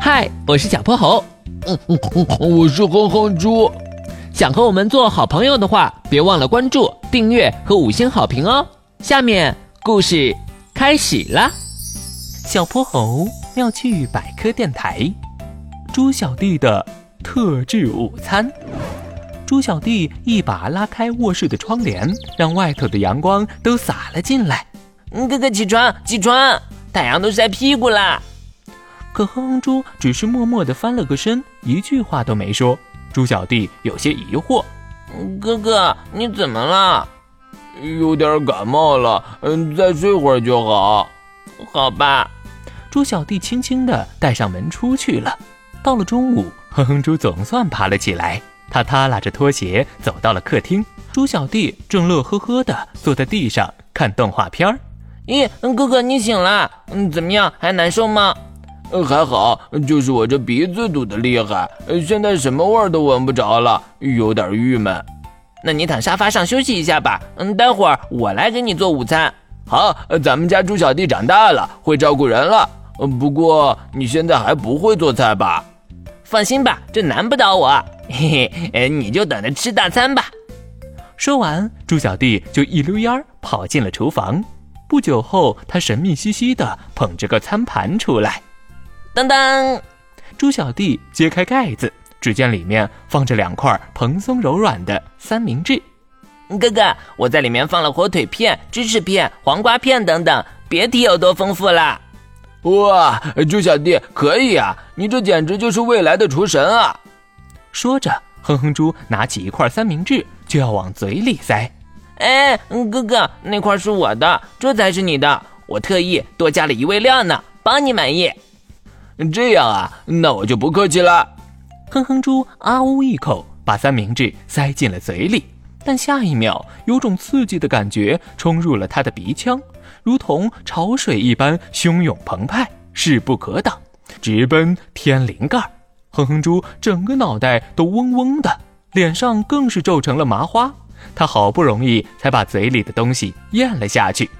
嗨，我是小泼猴。 我是哼哼猪。 想和我们做好朋友的话，别忘了关注、订阅和5星好评哦。下面故事开始啦。小泼猴妙趣百科电台，猪小弟的特制午餐。猪小弟一把拉开卧室的窗帘，让外头的阳光都洒了进来。 哥哥起床，起床，太阳都晒屁股啦。 可哼哼猪只是默默地翻了个身，一句话都没说。猪小弟有些疑惑： 哥哥，你怎么了？ 有点感冒了，再睡会儿就好。 好吧。 猪小弟轻轻地带上门出去了。到了中午，哼哼猪总算爬了起来，他耷拉着拖鞋走到了客厅。猪小弟正乐呵呵地坐在地上看动画片。 咦，哥哥你醒了？怎么样，还难受吗？ 还好，就是我这鼻子堵得厉害，现在什么味儿都闻不着了，有点郁闷。 那你躺沙发上休息一下吧，待会儿我来给你做午餐。 好，咱们家猪小弟长大了，会照顾人了。不过你现在还不会做菜吧？ 放心吧，这难不倒我。嘿嘿，你就等着吃大餐吧。 说完，猪小弟就一溜烟跑进了厨房。不久后，他神秘兮兮地捧着个餐盘出来。 当当， 猪小弟揭开盖子，只见里面放着2块蓬松柔软的三明治。 哥哥，我在里面放了火腿片、芝士片、黄瓜片等等，别提有多丰富啦。 哇，猪小弟可以啊，你这简直就是未来的厨神啊。 说着，哼哼猪拿起一块三明治就要往嘴里塞。 哎，哥哥，那块是我的，这才是你的，我特意多加了1味料呢，帮你满意。 这样啊，那我就不客气了。 哼哼猪啊呜一口把三明治塞进了嘴里，但下一秒有种刺激的感觉冲入了他的鼻腔，如同潮水一般汹涌澎湃，势不可挡，直奔天灵盖。哼哼猪整个脑袋都嗡嗡的，脸上更是皱成了麻花，他好不容易才把嘴里的东西咽了下去。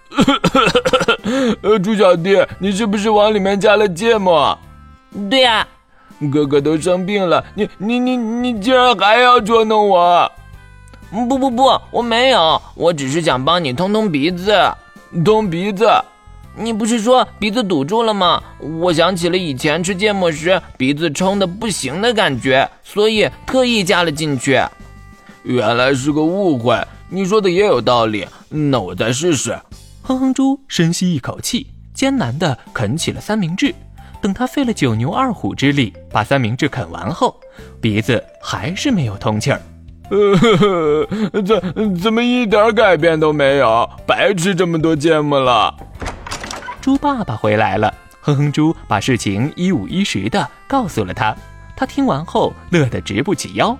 猪小弟，你是不是往里面加了芥末？ 对呀。 哥哥都生病了，你竟然还要捉弄我？ 不，我没有，我只是想帮你通通鼻子。 通鼻子？ 你不是说鼻子堵住了吗？我想起了以前吃芥末时鼻子冲得不行的感觉，所以特意加了进去。 原来是个误会，你说的也有道理，那我再试试。 哼哼猪深吸一口气，艰难地啃起了三明治。等他费了9牛2虎之力把三明治啃完后，鼻子还是没有通气儿。 怎么一点改变都没有？白吃这么多芥末了。 猪爸爸回来了，哼哼猪把事情一五一十地告诉了他。他听完后乐得直不起腰。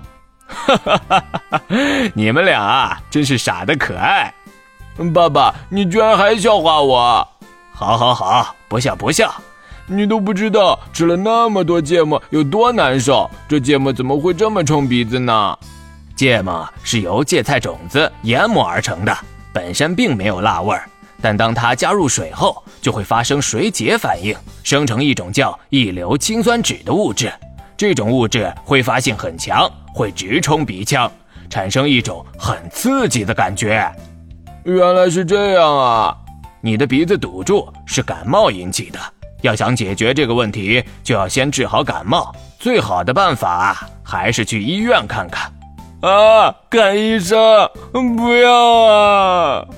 你们俩啊，真是傻得可爱。爸爸，你居然还笑话我！ 好，不笑。 你都不知道吃了那么多芥末有多难受，这芥末怎么会这么冲鼻子呢？ 芥末是由芥菜种子研磨而成的，本身并没有辣味儿，但当它加入水后，就会发生水解反应，生成一种叫异硫氰酸酯的物质。这种物质挥发性很强，会直冲鼻腔，产生一种很刺激的感觉。 原来是这样啊！ 你的鼻子堵住是感冒引起的，要想解决这个问题，就要先治好感冒。最好的办法还是去医院看看。 啊，看医生！不要啊！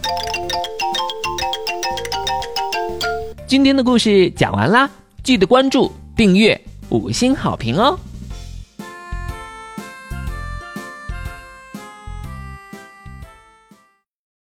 今天的故事讲完啦，记得关注、订阅、5星好评哦。